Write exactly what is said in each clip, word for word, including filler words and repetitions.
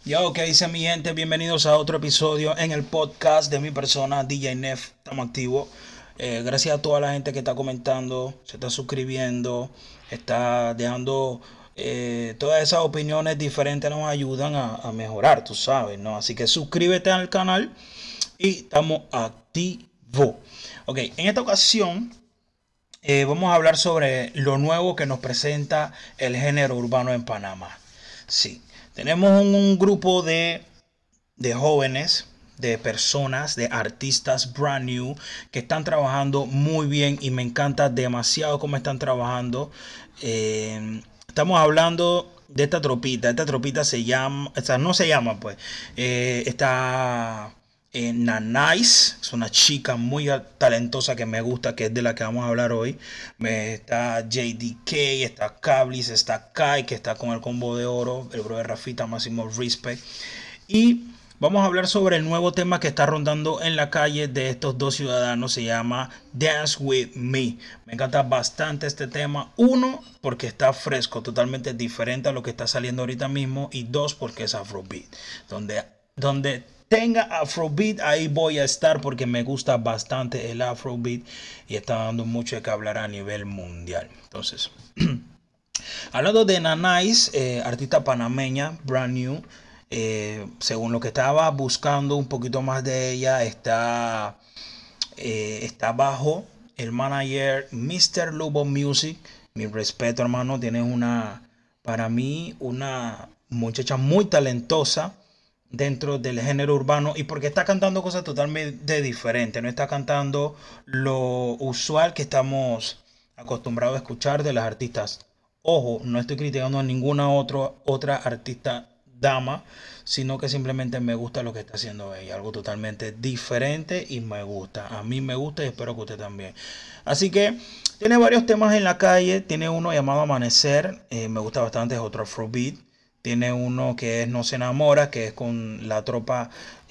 Yo, ¿qué dice mi gente? Bienvenidos a otro episodio en el podcast de mi persona, D J Nef. Estamos activos. Eh, gracias a toda la gente que está comentando, se está suscribiendo, está dejando eh, todas esas opiniones diferentes nos ayudan a, a mejorar, tú sabes, ¿no? Así que suscríbete al canal y estamos activos. Ok, en esta ocasión eh, vamos a hablar sobre lo nuevo que nos presenta el género urbano en Panamá. Sí, tenemos un, un grupo de, de jóvenes, de personas, de artistas brand new que están trabajando muy bien y me encanta demasiado cómo están trabajando. Eh, estamos hablando de esta tropita. Esta tropita se llama, o sea, no se llama pues. Eh, está eh, Nanais, es una chica muy talentosa que me gusta, que es de la que vamos a hablar hoy. Me, está J D K, está Cablis, está Kai, que está con el combo de oro, el bro de Rafita, máximo respect. Y vamos a hablar sobre el nuevo tema que está rondando en la calle de estos dos ciudadanos. Se llama Dance With Me. Me encanta bastante este tema. Uno, porque está fresco, totalmente diferente a lo que está saliendo ahorita mismo. Y dos, porque es Afrobeat. Donde, donde tenga Afrobeat, ahí voy a estar porque me gusta bastante el Afrobeat. Y está dando mucho de que hablar a nivel mundial. Entonces, hablando de Nanais, eh, artista panameña, brand new. Eh, según lo que estaba buscando un poquito más de ella, está, eh, está bajo el manager mister Lubo Music. Mi respeto, hermano. Tienes una, para mí, una muchacha muy talentosa dentro del género urbano y porque está cantando cosas totalmente diferentes. No está cantando lo usual que estamos acostumbrados a escuchar de las artistas. Ojo, no estoy criticando a ninguna otro, otra artista dama, sino que simplemente me gusta lo que está haciendo ella, algo totalmente diferente y me gusta, a mí me gusta y espero que usted también. Así que tiene varios temas en la calle, tiene uno llamado Amanecer, eh, me gusta bastante, es otro Afrobeat. Tiene uno que es No se enamora, que es con la tropa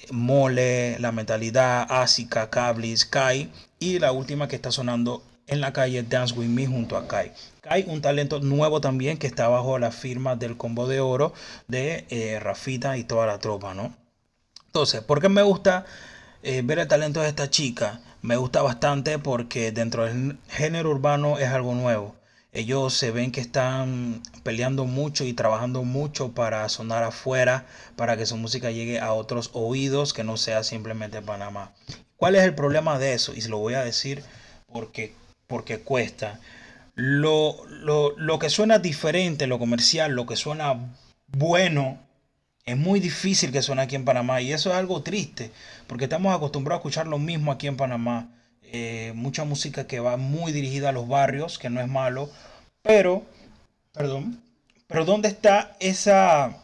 Mole, La Mentalidad, Ásica, Cablis, Kai. Y la última que está sonando en la calle, Dance With Me, junto a Kai. Kai, un talento nuevo también que está bajo la firma del combo de oro de eh, Rafita y toda la tropa, ¿no? Entonces, ¿por qué me gusta eh, ver el talento de esta chica? Me gusta bastante porque dentro del género urbano es algo nuevo. Ellos se ven que están peleando mucho y trabajando mucho para sonar afuera, para que su música llegue a otros oídos, que no sea simplemente Panamá. ¿Cuál es el problema de eso? Y se lo voy a decir porque, porque cuesta. Lo, lo, lo que suena diferente, lo comercial, lo que suena bueno, es muy difícil que suene aquí en Panamá y eso es algo triste porque estamos acostumbrados a escuchar lo mismo aquí en Panamá. Eh, mucha música que va muy dirigida a los barrios, que no es malo, pero, perdón, pero ¿dónde está esa,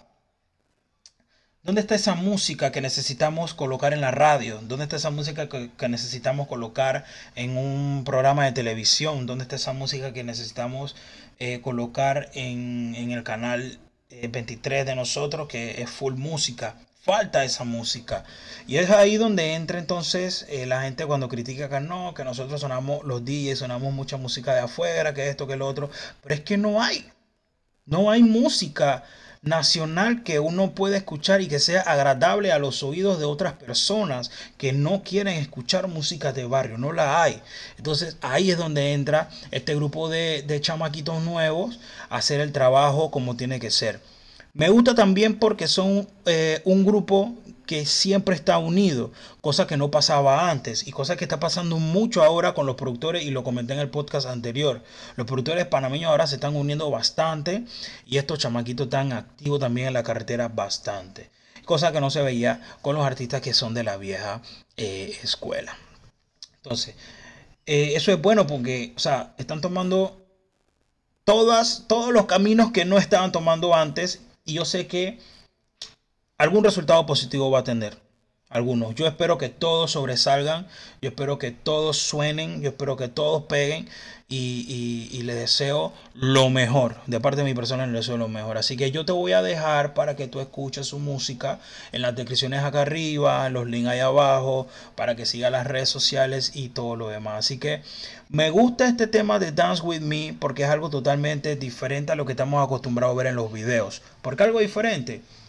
dónde está esa música que necesitamos colocar en la radio? ¿Dónde está esa música que, que necesitamos colocar en un programa de televisión? ¿Dónde está esa música que necesitamos eh, colocar en, en el canal eh, veintitrés de nosotros, que es full música? Falta esa música. Y es ahí donde entra entonces eh, la gente cuando critica que no, que nosotros sonamos, los D Js, sonamos mucha música de afuera, que esto, que lo otro. Pero es que no hay. No hay música nacional que uno pueda escuchar y que sea agradable a los oídos de otras personas que no quieren escuchar música de barrio. No la hay. Entonces ahí es donde entra este grupo de, de chamaquitos nuevos a hacer el trabajo como tiene que ser. Me gusta también porque son eh, un grupo que siempre está unido, cosa que no pasaba antes y cosa que está pasando mucho ahora con los productores y lo comenté en el podcast anterior. Los productores panameños ahora se están uniendo bastante y estos chamaquitos están activos también en la carretera bastante, cosa que no se veía con los artistas que son de la vieja eh, escuela. Entonces, eh, eso es bueno porque, o sea, están tomando todas, todos los caminos que no estaban tomando antes y yo sé que algún resultado positivo va a tener. Algunos. Yo espero que todos sobresalgan. Yo espero que todos suenen. Yo espero que todos peguen. Y, y, y les deseo lo mejor. De parte de mi persona les deseo lo mejor. Así que yo te voy a dejar para que tú escuches su música en las descripciones acá arriba, en los links ahí abajo, para que sigas las redes sociales y todo lo demás. Así que me gusta este tema de Dance With Me porque es algo totalmente diferente a lo que estamos acostumbrados a ver en los videos. ¿Por qué algo diferente?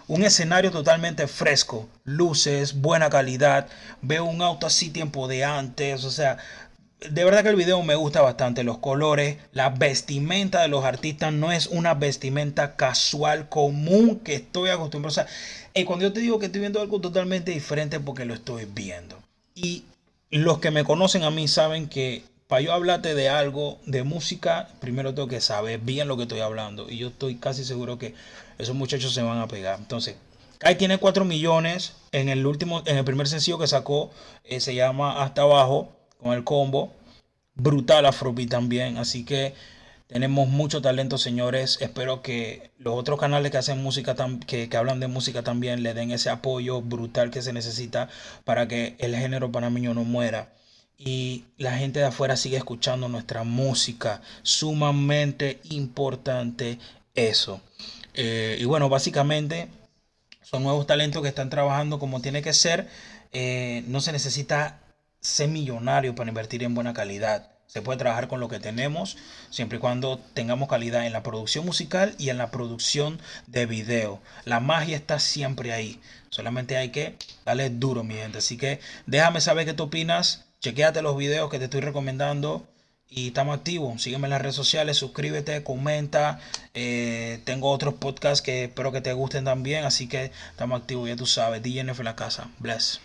un escenario totalmente fresco, luces, buena calidad, veo un auto así tiempo de antes, o sea, de verdad que el video me gusta bastante, los colores, la vestimenta de los artistas no es una vestimenta casual común que estoy acostumbrado. O sea, eh, cuando yo te digo que estoy viendo algo totalmente diferente porque lo estoy viendo. Y los que me conocen a mí saben que para yo hablarte de algo, de música, primero tengo que saber bien lo que estoy hablando. Y yo estoy casi seguro que esos muchachos se van a pegar. Entonces, Kai tiene cuatro millones en el último, en el primer sencillo que sacó, eh, se llama Hasta Abajo, con el combo. Brutal Afrobeat también. Así que tenemos mucho talento, señores. Espero que los otros canales que hacen música, que, que hablan de música también, le den ese apoyo brutal que se necesita para que el género panameño no muera. Y la gente de afuera sigue escuchando nuestra música. Sumamente importante eso. Eh, y bueno, básicamente son nuevos talentos que están trabajando como tiene que ser. Eh, no se necesita ser millonario para invertir en buena calidad. Se puede trabajar con lo que tenemos, siempre y cuando tengamos calidad en la producción musical y en la producción de video. La magia está siempre ahí. Solamente hay que darle duro, mi gente. Así que déjame saber qué tú opinas. Chequéate los videos que te estoy recomendando. Y estamos activos. Sígueme en las redes sociales, suscríbete, comenta. Eh, tengo otros podcasts que espero que te gusten también. Así que estamos activos, ya tú sabes. D J N F en la casa. Bless.